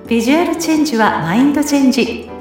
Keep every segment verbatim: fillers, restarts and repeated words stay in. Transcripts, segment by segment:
ビジュアルチェンジはマインドチェンジ。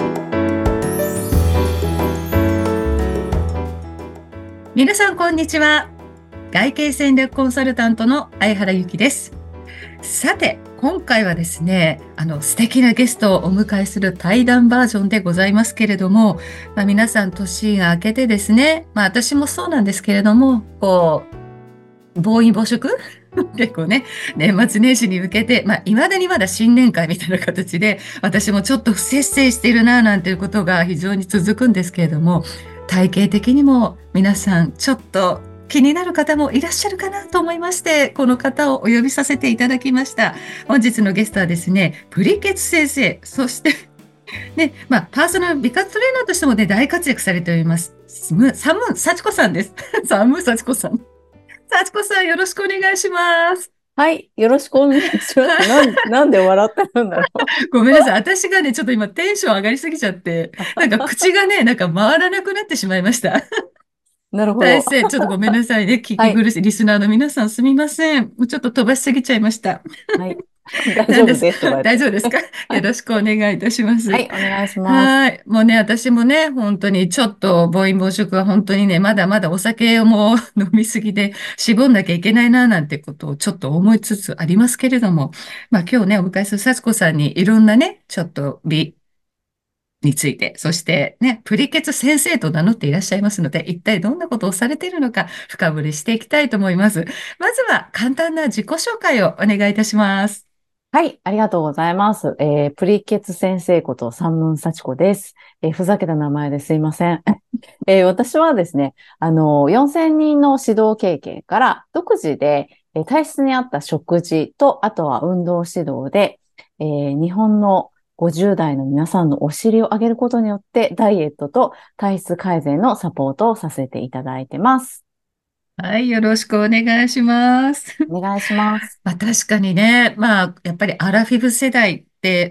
皆さんこんにちは。外形戦略コンサルタントの相原由紀です。さて今回はですね、あの素敵なゲストをお迎えする対談バージョンでございますけれども、まあ、皆さん年が明けてですね、まあ私もそうなんですけれども、こう暴飲暴食結構ね、年末年始に向けて、まあ、未だにまだ新年会みたいな形で、私もちょっと不節制しているな、なんていうことが非常に続くんですけれども、体型的にも皆さんちょっと気になる方もいらっしゃるかなと思いまして、この方をお呼びさせていただきました。本日のゲストはですね、プリケツ先生、そして、ね、まあ、パーソナル美活トレーナーとしてもね、大活躍されております。サム、サム、幸子さんです。サム、幸子さん。幸子さん、よろしくお願いします。 はい。よろしくお願いします。なん、なんで笑ってるんだろう。 ごめんなさい。私がね、ちょっと今テンション上がりすぎちゃって、なんか口がね、なんか回らなくなってしまいました。 なるほど。 大変、ちょっとごめんなさいね。聞はい。 き苦しい。リスナーの皆さんすみません。もうちょっと飛ばしすぎちゃいました。 はい。大なんです。 丈夫ですとか言って。 大丈夫ですか？ はい。 よろしくお願いいたします。 はい。お願いします。 はい。もうね、私もね、本当にちょっと暴飲暴食は本当にね、まだまだお酒をもう飲みすぎで絞んなきゃいけないな、なんてことをちょっと思いつつありますけれども、まあ今日ね、お迎えする幸子さんにいろんなね、ちょっと美について、そしてね、プリケツ先生と名乗っていらっしゃいますので、一体どんなことをされているのか深掘りしていきたいと思います。まずは簡単な自己紹介をお願いいたします。 はい。ありがとうございます。えー、プリケツ先生こと三門幸子です。えー、ふざけた名前ですいません。えー、私はですね、あの、よんせんにんの指導経験から、独自で、えー体質に合った食事と、あとは運動指導で、えー日本のごじゅう代の皆さんのお尻を上げることによって、ダイエットと体質改善のサポートをさせていただいてます。 はい、よろしくお願いします。 お願いします。 まあ確かにね、まあやっぱりアラフィフ世代って、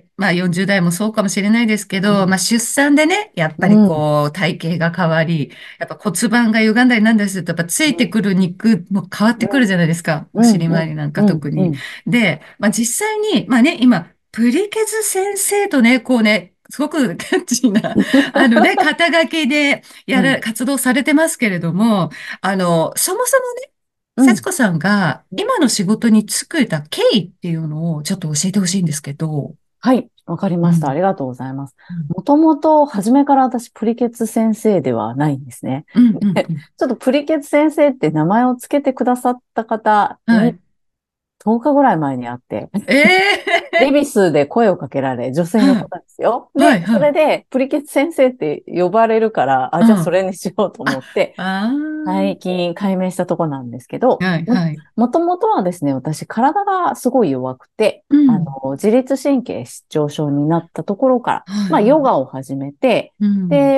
まあよんじゅう代もそうかもしれないですけど、 うん。 まあ出産でね、やっぱりうん。 こう体型が変わり、やっぱ骨盤が歪んだりなんだりすると、やっぱついてくる肉も変わってくるじゃないですか。おうん。うん。 尻周りなんかうん。 特に。 うん。 で、まあ実際に、まあね、今、プリケズ先生とね、こうね、すごくキャッチーな、あのね、肩書きでやら、 うん。 活動されてますけれども、あの、そもそもね、 うん。 幸子さんが今の仕事に就くた経緯っていうのをちょっと教えてほしいんですけど。 はい。わかりました。あうん。 りがとうございます。 うん。 もともと、初めから私、プリケツ先生ではないんですね。 うん。うん。 で、 うん。 ちょっとプリケツ先生って名前をつけてくださった方にはい。 とおかぐらい前に会って、 ええ恵比寿で声をかけられ、女ー、 性のはい。 方ですよ。 はい。 で、そはい。 れで、プリケツ先生って呼ばれるから、あ、じゃあそうん。 れにしようと思あ、 って、 あ最近解明したとこなんですけど、 あ、はい。 も、 はい。 もともとはですね、私体がすごい弱くて、 うん。 あの、自律神経失調症になったところから、 はい。 まあ、ヨはい。 ガを始めて、 うん。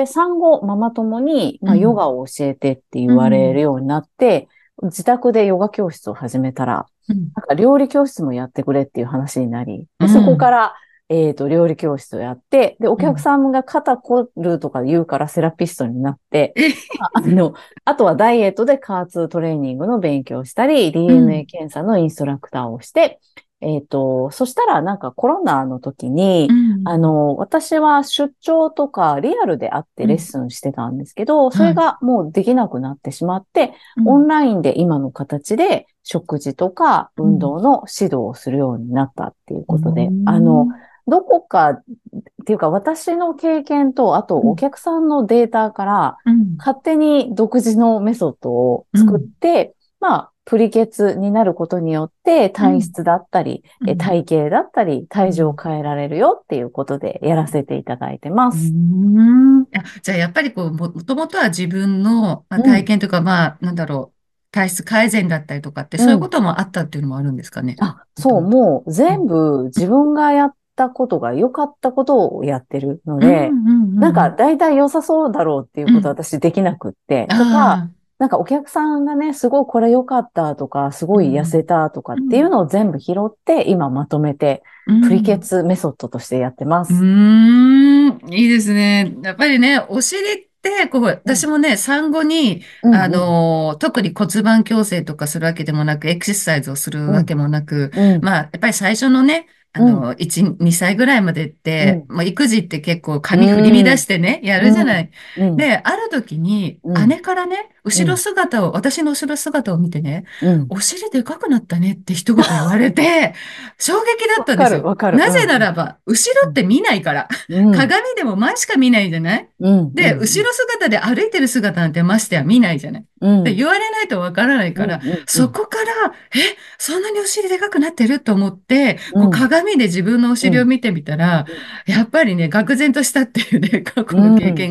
で、産後、ママ友に、まあ、ヨうん。 ガを教えてってう言われるん。 ようになって、自宅でヨガ教室を始めたら、 うん。 なんか料理教室もやってくれっていう話になり、 うで、そこかん。 ら、えっと、料理教室をやって、で、おうん。 客さんが肩凝るとか言うからセラピストになって、 え、 まああの、あとはダイエットで加圧トレーニングの勉強をしたり、 うディーエヌエーん。 検査のインストラクターをして、えっと、そしたらなんかコロナの時うに、あん。 の、私は出張とかリアルで会ってレッうん。 スンしてたんですけど、それはい。 がもうできなくなってしまって、 うん。 オンラインで今の形で食事とかうん。 運動の指導をするようになったっていううことで、あの、 ん。 どこかっていうか私の経験と、あとおうん。 客さんのデータからうん。 勝手に独自のメソッドを作っうん。 て、まあ、プリケツになることによってうん。 体質だったり、えうん。 体型だったり、体重をうん。 変えられるよっていうことでやらせていただいてまうーす。 ん。あ、じゃあ、やっぱりこう、も、もともとは自分の、まあ、 うん、 体験というか、まあ、なんだろう、体質改善だったりとかって、そういうこうん。 ともあったっていうのもあるんですかね。 あ、そう、 もともと。 もううん。 全部自分がやったことが良かったことをやってるのうん、 で、 うん、 なんかうん。 大体良さそうだろうっていうことはうん。 私できなくって、とか、 ああ、 なんかお客さんがね、すごいこれ良かったとか、すごい痩せうん。 たとかっていううん。 のを全部拾って今まとめて、 うプリケん。 ツメソッドとしてやってまうす。 ーん、いいですね。やっぱりね、お尻って、こう、 うん、 私もね、産後に、あうん、うん、 の、特に骨盤矯正とかするわけでもなく、エクササイズをするうん、 わけもなく、 うん、 まあ、やっぱり最初のね、 あの、いち、にさいぐらいまでって、 うん、 まあ、育児って結構う髪振り乱ん、 してね、やるじゃうん、 ない。 うん、 で、ある時に、 うん、 姉からね、後ろうん、 姿を、私の後ろ姿を見てね、 うん。 お尻でかくなったねって一言言われて、衝撃だっわかる、 たんですよ。 わかる。 なぜうん、 ならば、後ろって見ないから。 うん、うん、 鏡でも前しか見ないじゃない。 うん、うで、後ん、 ろ姿で歩いてる姿なんてましては見ないじゃない。 うん、 で言われないとわからないうん、 から、 うん、うん、 そこから、え、そんなにお尻でかくなってると思って、こううん、 鏡で自分のおうん、 尻を見てみたら、やっぱりね、愕然としたっていうね、過去うん、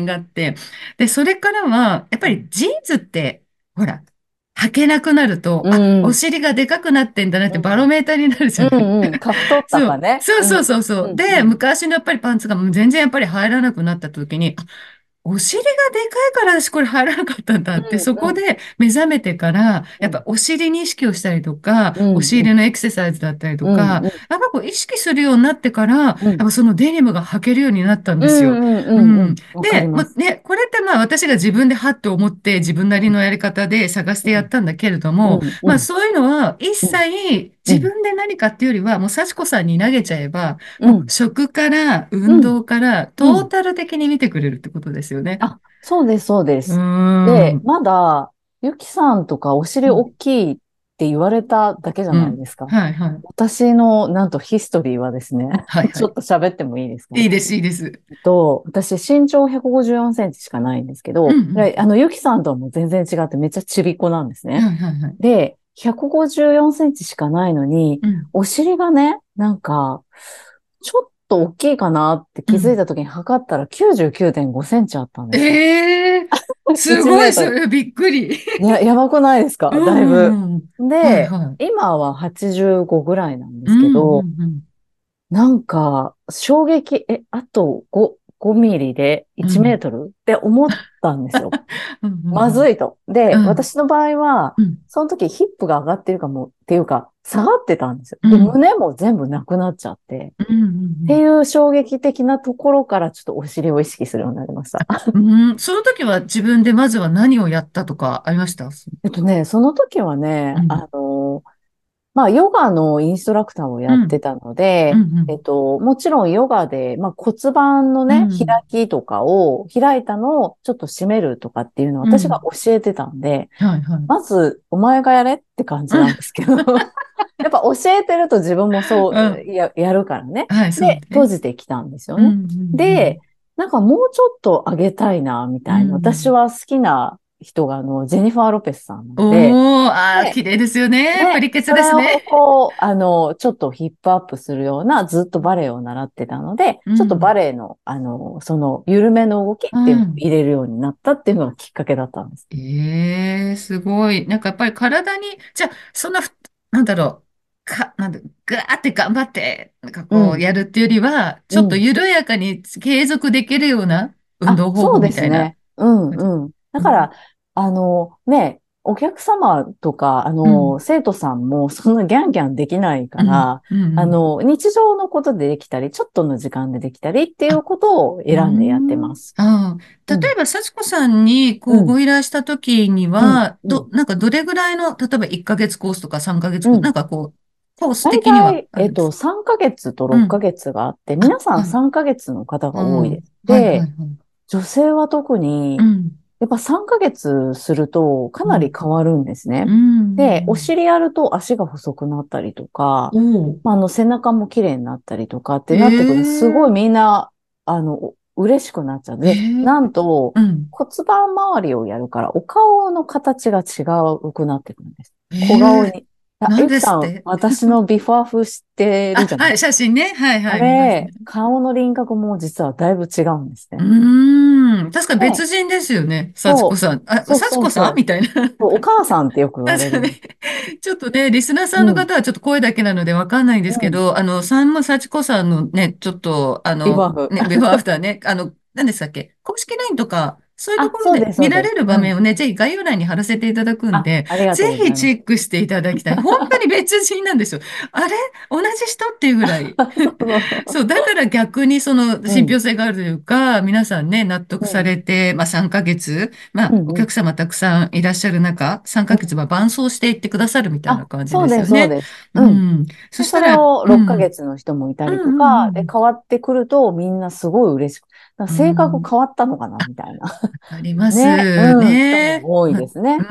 の経験があって、で、それからは、やっぱりジーンズって、ほら、履けなくなると、 うあ、おん、 尻がでかくなってんだなってバロうん、 メーターになるじうゃない。 ん、うん、か太ったそう、 かね。 そうそううん、 そうそう。 うん、うで、 ん、 昔のやっぱりパンツがもう全然やっぱり入らなくなった時に、お尻がでかいから私これ入らなかったんだって、そこで目覚めてから、やっぱお尻に意識をしたりとか、 うん、うん、 お尻のエクササイズだったりとうん、 か、 うん、 やっぱこう意識するようになってから、やっうん、 ぱそのデニムが履けるようになったんうですよ。 ん、うん、ううん。 ん、わかりで、 ます。 まね、これってまあ私が自分ではっと思って自分なりのやり方で探してやったんだけれども、 うん、うん、 まあそういうのは一うん、 切うん、 自分で何かっていうよりはもう幸子さんに投げちゃえば、 うん、 もう食から運うん、 動からトうん。 ータル的に見てくれるってことですよね。 あ、そうです、そうでうーす。で、 ん。 まだ、ゆきさんとかお尻大うん。 きいって言われただけじゃうん。 ないですか。 はいはい。 私の、なんとヒストリーはですね、 はいはい。 ちょっと喋ってもいいですか？ いいです、いいです。 えっと、私身長ひゃくごじゅうよんセンチしかないんですけど、 うんであの、ゆきさんとはもう全然違ってめっちゃちびっこなんですうん。 ね。 はいはいはい。 で、ひゃくごじゅうよんセンチしかないのに、 うん。 お尻がね、なんか、ちょっと大きいかなって気づいうん。 た時に測ったらきゅうじゅうきゅうてんごセンチあったんですよ。 ええー、す 1 ごい、 メートル。 それ、びっくり。 や、やばくないですか？ うだいぶ。 ん。はいで、 はい。 今ははちじゅうごぐらいなんでうすけんうど、 んうん。 なんか、衝撃、え、あとご、ごミリで1メーうん。 トルって思ったんですよ。 うんうんまずいと。で、 うん。 私の場合は、 うん。 その時ヒップが上がってるかもっていうか、下がってたんですよ。で、 うん。 胸も全部なくなっちゃって。 うんうってんいう衝撃的なところからちょっとお尻を意識するようになりました。 うん。うん。その時は自分でまずは何をやったとかありました？ えっとね、その時はね、 うん。 あの、まあ、ヨガのインストラクターをやうん。 ってたので、えっうんと、もちろんヨガで、まあ、骨盤のうん。 ね、開うん。 きとかを、開いたのをちょっと締めるとかっていうのを私がうん。 教えてたんで、 はいはい。 まず、お前がやれって感じなんですけど、やっぱ教えてると自分もそうん。 うや、やるからね。 はい、そうで、閉ね。 じてきたんですよね。 うん、うん、 で、なんかもうちょっと上げたいな、みうん。うたいな。私ん。 は好きな人が、あの、ジェニファー・ロペスさんなので、 おー、あー、 で、 綺麗ですよね。プね、 リケツそれをですね。 こう、あの、ちょっとヒップアップするような、ずっとバレエを習ってたので、ちょっとバうん。 レエの、あの、その、緩めの動きっていうのをうん。 入れるようになったっていうのがきっかけだったんです。 ええー、すごい。なんかやっぱり体に、じゃあ、そんなふ、なんだろう、か、なんだ、ガーって頑張って、なんかこう、 うん、 やるっていうよりは、ちょっとうん。 緩やかに継続できるような運あ、 動方法そうでみたいなすね。うん、 感じ。 うん。だうん。 から、あの、ね、お客様とか、あの、 うん。 生徒さんもそんなギャンギャンできないうん。 から、 うん。うん。 あの、日常のことでできたり、ちょっとの時間でできたりっていうあ、 ことをうー選んでやってまん。 す。 ああ。 うん、 例えば、幸子さんに、こう、ごうん、 依頼したときにうん、 は、ど、 うん、 なんか、どれぐらいの、例えば、いっかげつコースとかさんかげつコース、なうん。 んかこう、コース的には大体、えっと、 あるんですか？ さんかげつと6 うん。 ヶ月があって、皆あ、 さんはい。 さんかげつの方うが多いでん。 す。 はい、はい、はで、 い。 女性は特に、 うん。 やっぱさんかげつするとかなりうん。 変わるんですうね。で、おん。 尻やると足が細くなったりとか、 うん。おお。 まあ、あの背中も綺麗になったりとかってえなってくると、すごいえみんな、あの、嬉しくなっちゃう。 えで、なえんとうん。 骨盤周りをやるから、お顔の形が違うくなってくるんです。 え小顔えに。あ、 なんゆきさん、 ですって？ 私のビフォー風知ってあ、 るじゃない？ はい、写真ね。はい、 あはい、見ますね。 れ、顔の輪郭も実はだいぶ違うんですうね。 ーん。確かで、 別人ですよね。幸子そう、 さん。あ、 そう幸子さんそうそう。 みたいな。 そうお母さんってよく言われる。 確かね、ちょっとね、リスナーさんうん、 の方はちょっと声だけなのでわかんないんですうん。 けど、あの、サンム幸子さんのね、ちょっと、あの、 ビバフ。 ね、ビフォーアフターね、あの、何でしたっけ公式ラインとか、 そういうとあ、 ころそうです、そうです。 で見られる場うん。 面をね、ぜひ概要欄に貼らせていただくんあ、 で、 ありがとうぜひございます。 チェックしていただきたい。本当に別人なんですよ。あれ同じ人っていうぐらい。 そうそそう、だから逆にそのう。うん、 信憑性があるというか、皆さんね、納得さうん、 れて、まあさんかげつ、まあおうん、うん、 客様たくさんいらっしゃる中、3 うん。 ヶ月は伴走していってくださるみたいなあ、 感じそうです、そうですよね。 です。 ううん。 ん。そで、 したら、 それを6 うん、 ヶ月の人もいたうん、 りとうん、うか、で、 ん。 変わってくるとみんなすごい嬉しく、だからう性格ん変わったのかなみたいな。 ありまね、 すうん、人もね。 多いまですね。 うん。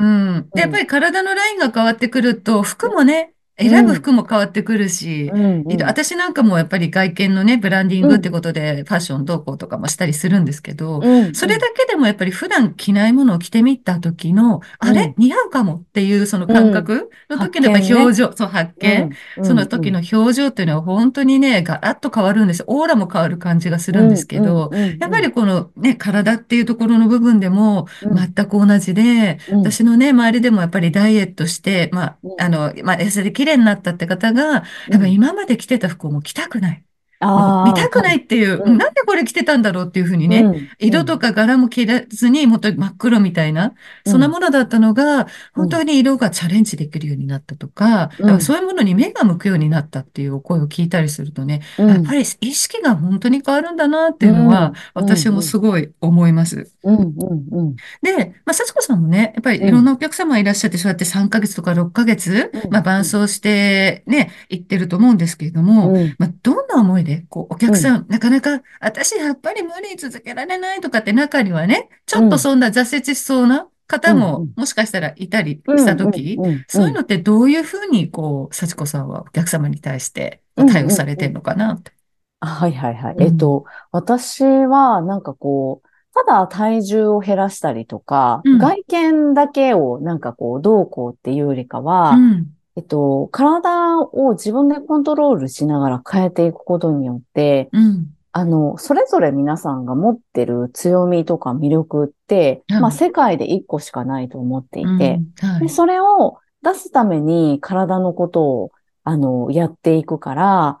で、やっぱうん、 り体のラインが変わってくると、服もね、 うん、 選ぶうん、 服も変わってくるし、 うん、 いろうん、 私なんかもやっぱり外見のね、ブランディンうん、 グってことでファッション動向とかもしたりするんですけど、 うん、 それだけでもやっぱり普段着ないものを着てみた時の、あれうん、 似合うかもっていうその感うん。 覚の発時のやっぱり見ね。 表情、そう発見、 うん、うん、うん、 その時の表情っていうのは本当にね、ガラッと変わるんです。オーラも変わる感じがするんですうん、うん、 けど、 うん、うん、 やっぱりこのね、体っていうところの部分でも、 うん、 全く同じで、 うん、 私のね、周りでもやっぱりダイエットして、まあ、 うん、 あの、まあ、痩せて綺麗になったって方が、やっぱりうん。 今まで着てた服をもう着たくない。もうああ、 見たくわかる。 ないっていう、 うん、 うんなんでこれ着てたんだろうっていうふうにね、 うん、う色とん、 か柄も着れずに、もっと真っ黒みたいな、そんなうん、 ものだったのが、 うん、 本当に色がチャレンジできるようになったとか、やっうん、 ぱそういうものに目が向くようになったっていうお声を聞いたりするとね、 うん、 やっぱり意識が本当に変わるんだなっていうのは、 うん、うん、 私もすごい思います。 うん、うん、うん、 で、まあ、幸子さんもね、やっぱりうん、 いろんなお客様いらっしゃって、そうやってさんかげつとかろっかげつ、 うん、 まあ、伴うん、 走してね、行ってると思うんですけれども、 うん、 まあ、どんな思いで、こう、おうん、 客さん、なかなか、私やっぱり無理続けられないとかって中にはね、ちょうん、 っとそんな挫折しそうな方うん、 も、もしかしたらいたりしたうん、 とき、 うん、うん、 そういうのってどういうふうに、こう、幸子さんはお客様に対してこうん、 う対応うん、 されてるのかなって。 あ、はいはいはい。 うん、 えっと、私は、なんかこう、ただ体重を減らしたりとか、 うん、 外見だけをなんかこう、どうこうっていうよりかは、 うん、 えっと、体を自分でコントロールしながら変えていくことによって、 うん、 あの、それぞれ皆さんが持ってる強みとか魅力って、まあ、 はい、 世界で一個しかないと思っていて、 うん、はで、 い、 それを出すために体のことを、あの、やっていくから、 うん、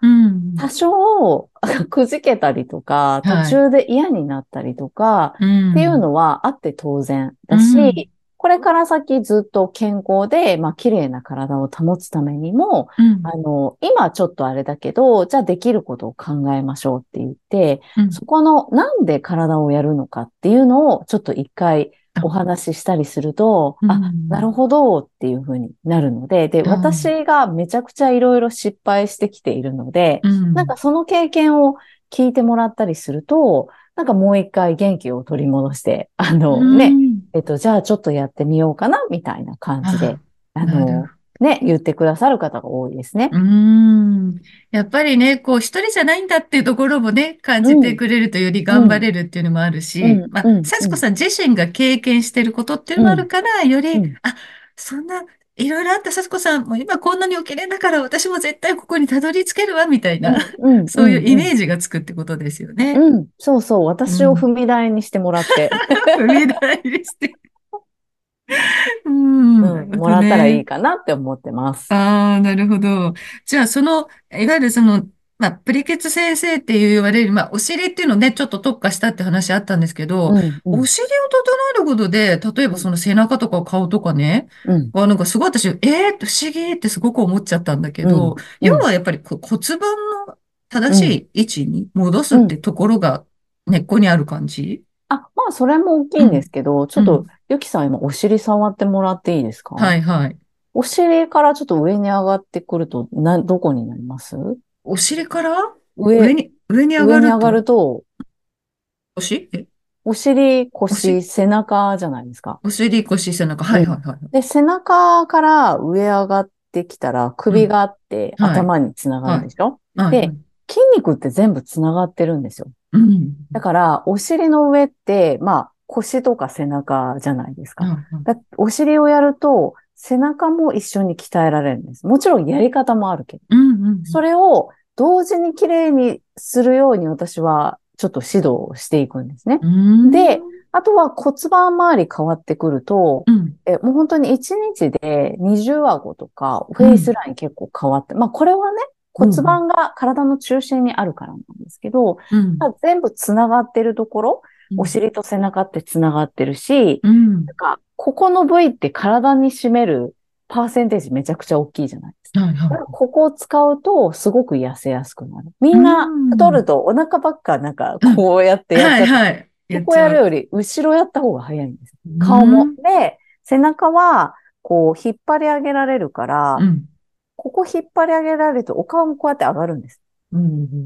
多少くじけたりとか、途はい。 中で嫌になったりとか、 うっていうん、 のはあって当然うだん、 し、これから先ずっと健康で、まあ、綺麗な体を保つためにも、 うん、 あの、今ちょっとあれだけど、じゃあできることを考えましょうって言って、 うん。 そこのなんで体をやるのかっていうのをちょっと一回あ、 お話ししたりすると、 うあ、なるん、 ほどっていうふうになるので、で、 はい、 私がめちゃくちゃいろいろ失敗してきているので、 うん、 なんかその経験を聞いてもらったりすると、なんかもう一回元気を取り戻して、あうのね、 ん。 えっと、じゃあちょっとやってみようかな、みたいな感じで、 あ、 あなるの、ね、言ってくださる方が多いですね。 うーん。やっぱりね、こう、一人じゃないんだっていうところもね、感じてうん、 くれるとよりうん、 頑張れるっていうのもあるし、 うん、 まあ、 うん、うん、 幸子さん自身が経験してることっていうのもあるうん、 から、より、 うん、 あ、そんな、いろいろあった幸子さん、もう今こんなにお綺麗だから私も絶対ここにたどり着けるわ、みたいな、 うん、うん、 そういううん、うん、 イメージがつくってことですよね。 うん、そうそう、私を踏うん。 み台にしてもらって、 踏み台にして。うん、なうん、 るほどもらったらいいね。 かなって思ってます。 ああ、なるほど。じゃあ、その、いわゆるその、まあ、プリケツ先生っていう言われる、まあ、お尻っていうのね、ちょっと特化したって話あったんですけど、 うん、うん、 お尻を整えることで、例えばうん、 その背中とか顔とかね、 うん、 あ、なんかすごい私、ええー、不思議ってすごく思っちゃったんだけど、 うん、う要ん、 はやっぱりこ骨盤のうん、 正しい位置に戻すうん。 ってところが根っこにある感じ。 あ、まあ、それも大きいんですうん、 けど、ちょっと、 うん。 ゆきさん今お尻触ってもらっていいですか？ はいはい。 お尻からちょっと上に上がってくると、な、どこになります？ お尻から上上、 に、上に上上に上ががるとると、 腰えお尻、腰、 おし、 背中じゃないですか。 お尻、腰、背中。はうん。 いはいはい。 で、背中から上上がってきたらうん。 首があってはい。 頭につながるはい。 でしょ？ はい。はで、 い。 筋肉って全部つながってるんですよ。 うん。 だから、お尻の上って、まあ、腰とか背中じゃないですか。 はい。はい。 だお尻をやると、背中も一緒に鍛えられるんです。もちろんやり方もあるけど。 うん。うん。 それを同時に綺麗にするように私はちょっと指導をしていくんですね。 うん。 で、あとは骨盤周り変わってくると、 うん。 え、もう本当にいちにちで二重顎とかフェイスうん。 ライン結構変わって、まあこれはね、骨うん。 盤が体の中心にあるからなんですけど、 うん。 まあ全部つながってるところ、 おうん。 尻と背中ってつながってるし、 うん。 なんか、ここの部位って体に占めるパーセンテージめちゃくちゃ大きいじゃないですか。 はいはい。 だからここを使うとすごく痩せやすくなる。みうんな太るん。 とお腹ばっかなんかうん。 こうやってやっちはいゃって、 はい。やここっちゃう。 やるより後ろやった方が早いんです。 う顔も。 ん。 で、背中はこう引っ張り上げられるから、 うん。 ここ引っ張り上げられるとお顔もこうやって上がるんです。 うん。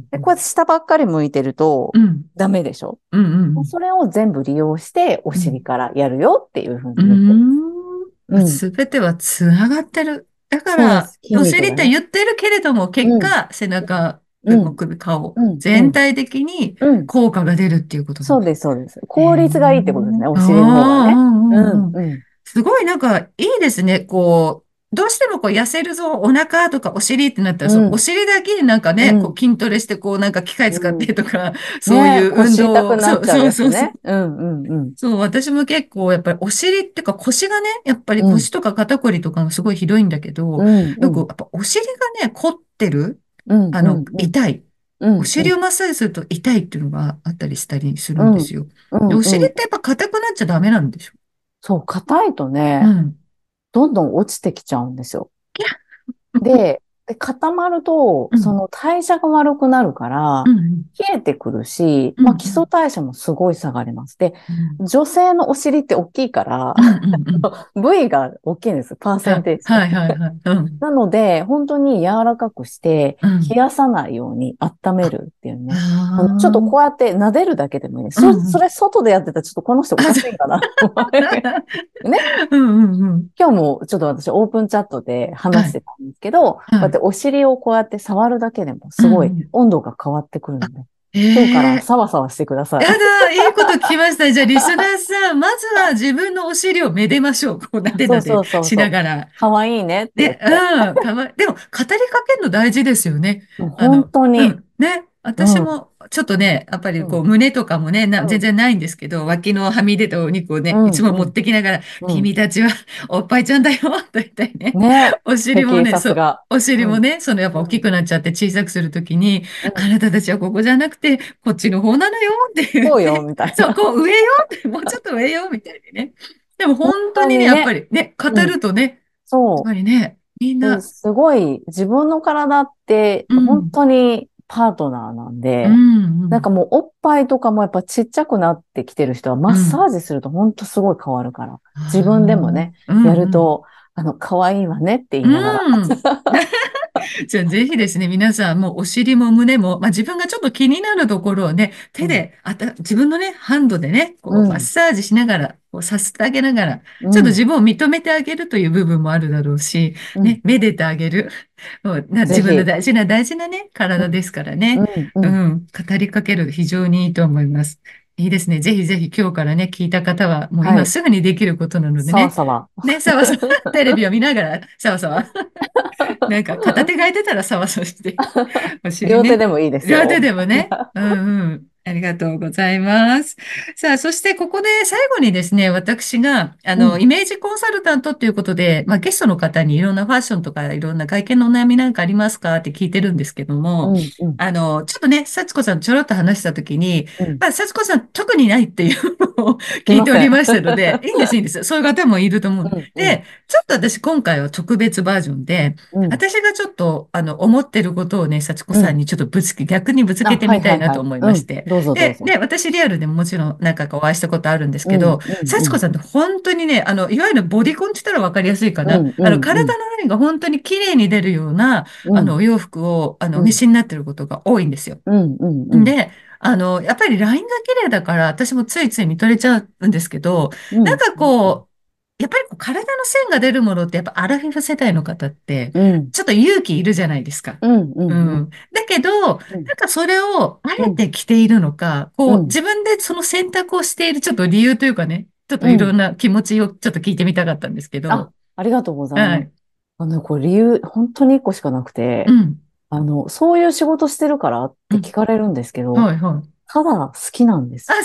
で、こうやって下ばっかり向いてるとうん。 ダメでしょ？ うん。うん。 それを全部利用しておうん。 尻からやるよっていうふううに言ってます。 ん。 うん。 すべてはつながってる。だから、 そうです。筋お尻って肉がね。 言ってるけれども、結うん。 果、背中でもうん。 首、顔、 うん。うん。 全体的にうん。 効果が出るっていうことなんです。 そうです、そうです。 へ効率がいいってことですえ。 ね。おああ、 尻の方がね。 うんうん。 うんうん。 うん。 すごいなんかいいですね。こう、どうしてもこう痩せるぞ、お腹とかお尻ってなったら、 うそう、おん。 尻だけでなんかね、こうん。 う筋トレしてこうなんか機械使っうん。 てとか、そういね、 う運腰痛く動を、そうなっちゃうそうそうそう。 やつね。うん。うん。うん。 そう、私も結構やっぱりお尻っていうか腰がね、やっぱりうん。 腰とか肩こりとかがすごいひどいんだけど、 うん。うん。 よくやっぱお尻がね、凝ってる、 うん。 あの、 うん。うん。 痛い。 うん。うん。 お尻をマッサージすると痛いっていうのがあったりしたりするうん。 んですよ。 うで、お尻っん。 てやっぱ硬くなっちゃダメなんでしょ？ そう、硬いとね、 うん。 どんどん落ちてきちゃうんですよ。 いや、 で、で固まると、 うん、 その代謝が悪くなるから、 うん、 冷えてくるし、 うん、うまあ基礎ん、 代謝もすごい下がります。で、 うん、 女性のお尻って大きいから、 うん、うん、うん。 部位が大きいんです。パーセンは、 テージで。 はい、はい、はい。うん、 なので、本当に柔らかくして、 うん。 冷やさないように温めあ、 るっていうあね。あの、ちょっとこうあ、 やって撫でるだけでもいいです。そ、 うん、うん。 それ外でやってたらちょっとこの人おあ、 かそしいんかな。 う。 ね。 うん、うん、うん。 今日もちょっと私オープンチャットではい、 話してたんですけど、こうはい。 やってお尻をこうやって触るだけでもうん、 すごいうん。 温度が変わってくるので、 え今日からえ、 サワサワしてください。 やだ、いいこと聞きました。じゃあ、リスナーさん、まずは自分のお尻をめでましょう。こう、なでなでそうそうそうしなそう。 がら。 かわいいねって言っね、 て。 うん、かわいい。でも、語りかけるの大事ですよね。 もう本あの、 当に。 うん、ね。 うん、うん、 私も、ちょっとね、やっぱりこう、 うん、 胸とかもね、な、 うん、 全然ないんですけど、脇のはみ出たお肉をね、いつも持っうん、 てきながら、 うん。 君たちはおっぱいちゃんだよ、と言ったりね。 ね。 お素敵、 尻もね、そう、 さすが。 おうん、 尻もね、そのやっぱ大きうん、 くなっちゃって小さくするときに、 うん。 あなたたちはここじゃなくて、こっちの方なのよって言っこうよ、 て、 みたいそう、 な。 こう上よって、もうちょっと上よ、みたいにね。でも本本当にね、やっぱ当にね。 りね、語うん、 るとね、やっそぱりね、みんう。で、 な、 すごい、自分の体って本うん、 当にパートナーなんうで、 ん、うん、 なんかもうおっぱいとかもやっぱちっちゃくなってきてる人はマッサうん。 ージすると本当すごい変わるから、自分でもあね、 あ、うん、うん。 やると、あの、可愛いわねって言いながら。 うん。じゃあぜひですね、皆さんもうお尻も胸も、まあ、自分がちょっと気になるところをね、手うん、 であた、自分のね、ハンドでね、こうマッうん、 サージしながら、こうさせてあげながら、 うん、 ちょっと自分を認めてあげるという部分もあるだろうし、 うん。 ね、めでてあげる。もうな自分のぜひ。 大事な大事なね、 うん、 体ですからね。 うん、うん。 うん、語りかける非常にいいと思います。いいですね。ぜひぜひ今日からね、聞いた方は、もうはい。 今すぐにできることなのでね。 さわさわ。 ね、さわさわ、テレビを見ながら、さわさわ。なんか片手が空いてたらさわさわして、お尻ね。 両手でもいいです両手よ。 でもね。うんうん。ありがとうございます。さあ、そしてここで最後にですね、私が、あの、 うん、 イメージコンサルタントっていうことで、まあ、ゲストの方にいろんなファッションとかいろんな外見のお悩みなんかありますかって聞いてるんですけども、 うん、うん、 あの、ちょっとね、幸子さんちょろっと話したときに、 うん。 まあ、幸子さん特にないっていうのをすいません。 聞いておりましたので、いいんです、いいんです。そういう方もいると思う。 うん、うん、 で、ちょっと私今回は特別バージョンで、 うん、 私がちょっと、あの、思ってることをね、幸子うん。 さんにちょっとぶつけ、逆にぶつあ、 けてはい、はい、 みたいなとはい。うん。 思いまして。 どうぞ、どうで、 ぞ。 で、私リアルでももちろん何回かお会いしたことあるんですうん、 けど、 うん、うん、 幸子さんって本当にね、あの、いわゆるボディコンって言ったらわかりやすいかな。 うん、うあの、 ん、うん、 体のラインが本当に綺麗に出るような、あの、 うん、 お洋服を、あの、お召うん、 しになってることが多いんですよ。 うん、うん、うん、 で、あの、やっぱりラインが綺麗だから、私もついつい見とれちゃうんですけど、 うん、 なんかこう、やっぱりこう体の線が出るものって、やっぱアラフィフ世代の方って、 うん、 ちょっと勇気いるじゃないですか。 うん、うん、うん、 うん。だけど、なんうん、 かそれをあうん、 えて着ているのか、こう、 うん、 自分でその選択をしているちょっと理由というかね、ちょっとうん。 いろんな気持ちをちょっと聞いてみたかったんですけあ、 ど、 ありがとうございます。 はい。 あの、これ理由、本当に一個しかなくて、 うん。 あの、そういう仕事してるからって聞うん。 かれるんですけど、 はいはい。 ただ好きなんであ、 す。 そう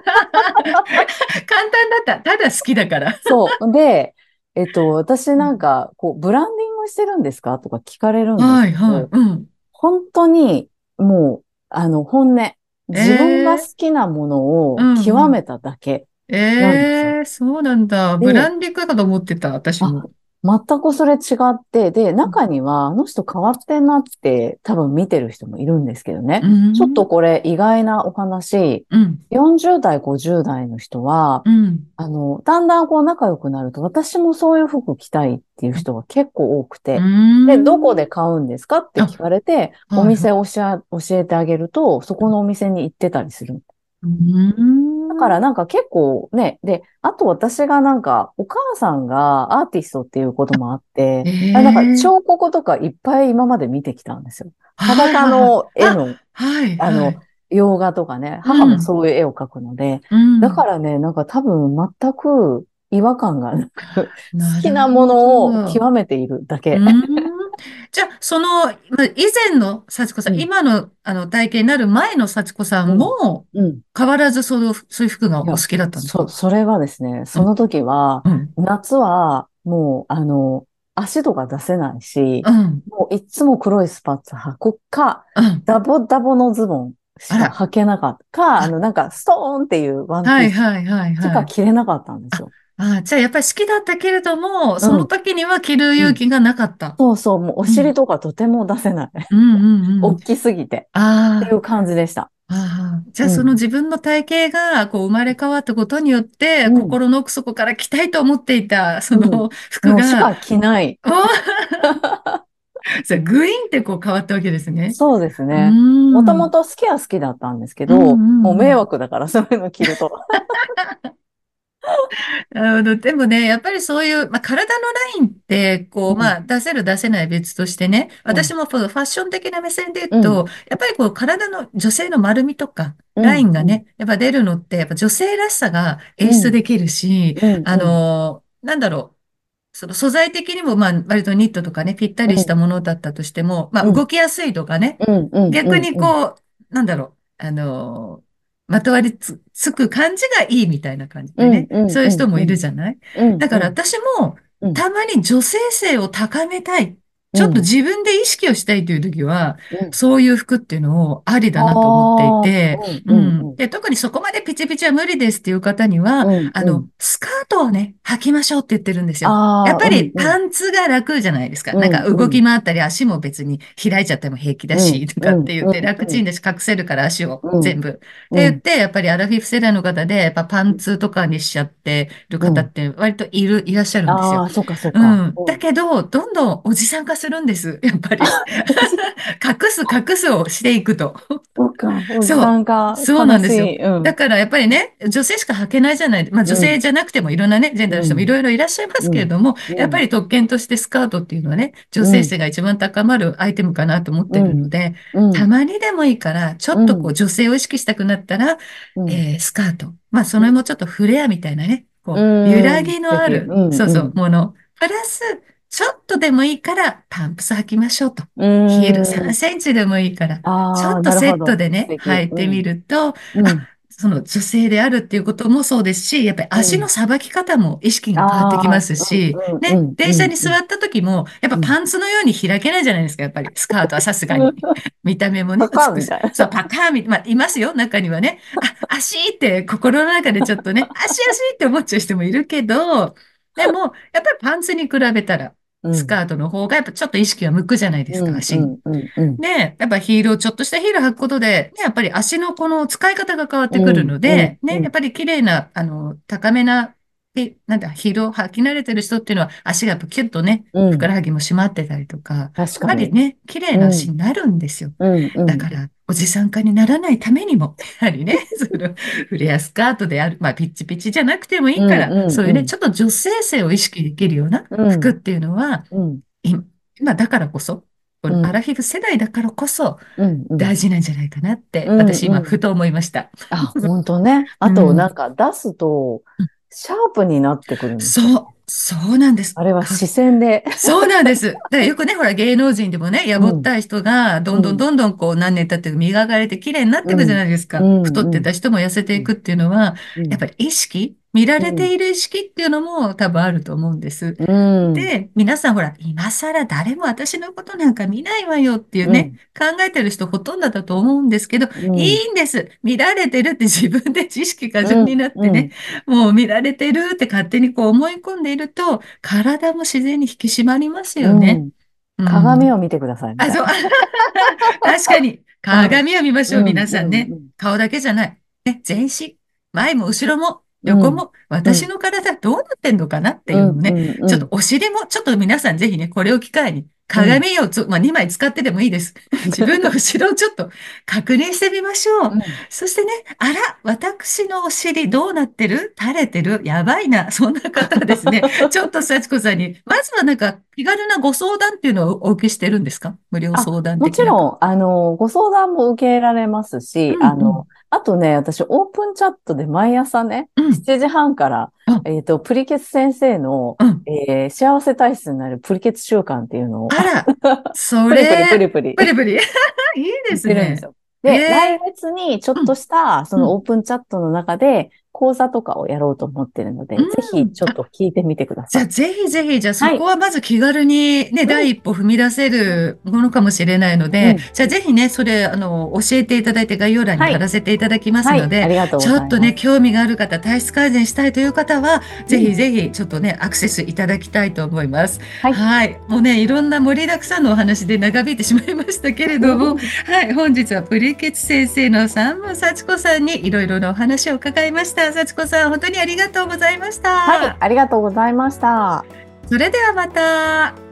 簡単だった。ただ好きだから。 そう。で、えっと、私うん。 なんか、こう、ブランディングしてるんですかとか聞かれるんですはいはい。 けど、 うん。 本当に、もう、あの、本音。 え自分が好え、 きなものうをんうん。 極めただけなんですよ。 ええ、そうなんだ。ブラで、 ンディングかと思ってた、私あ、 も。 全くそれ違って、で、中には、あの人変わってんなって多分見てる人もいるんですけどね。 うちょっとん、 これ意外なお話、 うん、 よんじゅう代、ごじゅう代の人は、 うん。 あの、だんだんこう仲良くなると、私もそういう服着たいっていう人が結構多くうて、で、どこでん。 買うんですかって聞あ、 かれて、おはいはい。 店を教え、教えてあげると、そこのお店に行ってたりする。 うん。 だからなんか結構ね、で、あと私がなんか、お母さんがアーティストっていうこともあって、あなんかええ、 彫刻とかいっぱい今まで見てきたんですよ。 はいはいはい。 裸の絵の、 あ、はいあの、 はい。 洋画とかね、 うん、 母もそういう絵を描くので、 うん。 だからね、なんか多分全く違和感がなく、好なるきなもほのをど。 極めているだけ。 うーん。じゃあ、その、まあ以前の幸子さん、 うん、 今の、あの、体型になる前の幸子さんうん、 も、 うん。 変わらずその、そういう服がおいや、 好きだったんですそ、 か？ それがですね、 うん、 その時は、 うん、 夏はもう、あの、足とか出せないし、 うん、 もういつも黒いスパッツ履くか、 うん。 ダボダボのズボンしあら。 か履けなかったか、ああ、 の、なんかストーンっていうワンはいピースはいはいしかはい。 着れなかったんですあ、 よ。 あ、じゃあやっぱり好きだったけれども、 うん、 その時には着るうん。 勇気がなかった。 そうそう、もうおうん、 尻とかとても出せない。 うん、うん、うん。 大きすぎて。っていあう感じでした。 あ、ああ。じゃあそのうん。 自分の体型がこう生まれ変わったことによって、 うん。 心の奥底から着たいと思っていた、そうん。 の服が、 もうしか着ない。 おそれグイーンってこう変わったわけですね。 そうですうーね。もとん。うんもと好きは好きだったんですけうど、もう迷んうん。 惑だからそういうの着ると。 なるほど。でもね、やっぱりそういう、まあ、体のラインって、こう、 うん、 まあ、出せる出せない別としてね、 うん、 私もこのファッション的な目線で言ううん、 と、やっぱりこう、体の女性の丸みとか、ライうん、うん、 ンがね、やっぱ出るのって、やっぱ女性らしさが演うん、 出できるし、 うん、 あうん、 の、なんだろう。その素材的にも、まあ、割とニットとかね、ぴったりしたものだったとしても、まあ、 うん、 動きやすいとかね、 うん、うん、う逆ん、うん、 にこう、なんだろう、あの、まとわりつ、つく感じがいいみたいな感じうん、 でね、 うん、うん、 そういう人もいるうん、 じゃない？ うん、 だから私も、 うん、 たまに女性性を高めたい。ちょっとうん、 自分で意識をしたいという時は、 うん。 そういう服っていうのをありあだなと思っていあ、 て、 うん、うん、ううん。 ん、 で、特にそこまでピチピチは無理ですっていう方には、 うん、 あの、 うん。 スカートをね、履きましょうって言ってるんですよ。やっああ、 ぱりうん、うん、 パンツが楽じゃないですか。なんかうん、うん、 動き回ったり足も別に開いちゃっても平気だし、 うん、 とうん、 かって言ってうん、 楽ちんだし隠せるから足をうん、 全部。ってうん、 言って、やっぱりアラフィフ世代の方で、やっぱパンツとかにしちゃってるうん。 方って割といる、いらっしゃるんですよ。 ああ、そっか、そっうか。 ん。 うん。 だけど、どんどんおじさん化するんです。やっぱり。隠す隠すをしていくと。 そっか、おじそう。 さんがそうなんですよ。 悲しい。うん。 だからやっぱりね、女性しか履けないじゃない。まあ女うん、 性じゃなくてもいろんなね、ジェンダーの人もいうん、 ろいろいらっしゃいますうん、 けれども、やっぱうん、 り特権としてスカートっていうのはね、女うん、 性性が一番高まるアイテムかなと思ってるうん、 ので、 うん、 たまにでもいいから、ちょうん、 っとこう女性を意識したくなったら、 うん、 えースカート。まあそれもちょっとフレアみたいなね、 うこう、揺らん、 ぎ素敵。 のある、 うん、 そうそう、 うん、 もの。プラス、ちょっとでもいいからパンプス履きましょうと。 うヒール3 ん。 センチでもいいから、ちょああ、 っとセットなるほど。 でね、 素敵。 履いてみうん、 ると、あ、 うん、 その女性であるっていうこともそうですし、やっぱりうん。 足のさばき方も意識が変わってきまああ、 すし、 うん、うね、 ん、うん、 電車にうん、 座った時も、やっぱうん。 パンツのように開けないじゃないですか、やっぱり。スカートはさすがに。見た目もね、 パカン美しい。 みたいそう、パカーンみ、まあ、いますよ、中にはね。あ、足って心の中でちょっとね、足足って思っちゃう人もいるけど、でも、やっぱりパンツに比べたら、 な。うん、 スカートの方がやっぱちょっと意識が向くじゃないですか、 うん、う足に。 ん、うん、うん、 で、やっぱヒールを、ちょっとしたヒール履くことで、ね、やっぱり足のこの使い方が変わってくるうん、うん、 ので、ね、やっうん、 ぱり綺麗な、あの、高めな、え、なんだ、ヒールを履き慣れてる人っていうのは、足がやっぱキュッとね、 うん。 ふくらはぎも締まってたりとか、やっ確かに。 ぱりね、綺麗なうん、 足になるんですよ。 うん、うん、 だから、おじさん化にならないためにも、やはりね、その、フレアスカートである、まあ、ピッチピチじゃなくてもいうん、 いから、 うん、 そういうね、 うん、 ちょっと女性性を意識できるようなうん、 服っていうのは、 うん、 い今だからこそ、このアうん、 ラフィフ世代だからこそ、 うん、うん、 大事なんじゃないかなって、 うん、 私今、 うん。 ふと思いました。 あ、本当ね。あと、 うん。 なんか出すと、シャープになってくるんですよ。 そう、そうなんです。 あれは視か、 線で。 そうなんです。だからよくね、ほら、芸能人でもね、やぼうん、 ったい人が、どんどんうん、 どんどんこう、何年経って磨かれて綺麗になっていくじゃうん、 ないですか。 うん、うん、 太ってた人も痩せていくっていうのは、 うん、 やっぱり意識、 見らうん。 れている意識っていうのも多分あると思うんです。 うん。 で、皆さんほら、今更誰も私のことなんか見ないわよっていうね、 うん。 考えてる人ほとんどだと思うんですけど、いうん。 いんです。見られてるって自分で自意識過剰うん。 になってね、 うん。 もう見られてるって勝手にこう思い込んでいると、体も自然に引き締まりますよね。 うん。 うん。 鏡を見てください、みあ、そう。 たいな。 確かに。 うん。 鏡を見ましょう、 うん。うん。 皆さんね。 うん。 顔だけじゃない。ね、全身。前も後ろもうん。 横も。 うん。 私の体どうなってんのかなってうん。ういうのをね。ちょっとん。 お尻も、ちょっと皆さんぜひね、これを機会にうん。 鏡をつ、まあ、にまい使ってでもいいです。自分の後ろをちょっと確認してみましょう。 うん。 そしてね、あら、私のお尻どうなってる垂れてるやばいな。そんな方はですね、ちょっと幸子さんに、まずはなんか気軽なご相談っていうのをお受けしてるんですか？無料相あ、 談的な。 もちろん、あの、ご相談も受けられますし、 うんうん。 あの、あとね、私、オープンチャットで毎朝ね、 うん。 しちじはんから、 あ、 えっと、プリケツ先生の、 うん。 えー幸せ体質になるプリケツ習慣っていうのを、 あら、そプリプリプれ、 リプリブリブリ。いいで言っすね。 てるんですよ。 えで、来え、 月にちょっとうん、 した、そうん、 のオープンチャットの中で、講座とかをやろうと思ってるので、ぜひうん。あ、 ちょっと聞いてみてください。 じゃあ、ぜひぜひ、じゃあ、そはい。 こはまず気軽にね、 うん。 第一歩踏み出せるものかもしれないので、 うん。 じゃあ、ぜひね、それ、あの、教えていただいて概要欄にはい。 貼らせていただきますはい。あので、 りがとうごちょっとね、 ざいます。 興味がある方、体質改善したいという方は、ぜひうん。 ぜひ、ちょっとね、アクセスいただきたいと思います。 はい。 はい。もうね、いろんな盛りだくさんのお話で長引いてしまいましたけれども、はい。本日はプリケツ先生の三門幸子さんにいろいろなお話を伺いました。幸子さん、本当にありがとうございましはい。 た。 ありがとうございました。 それではまた。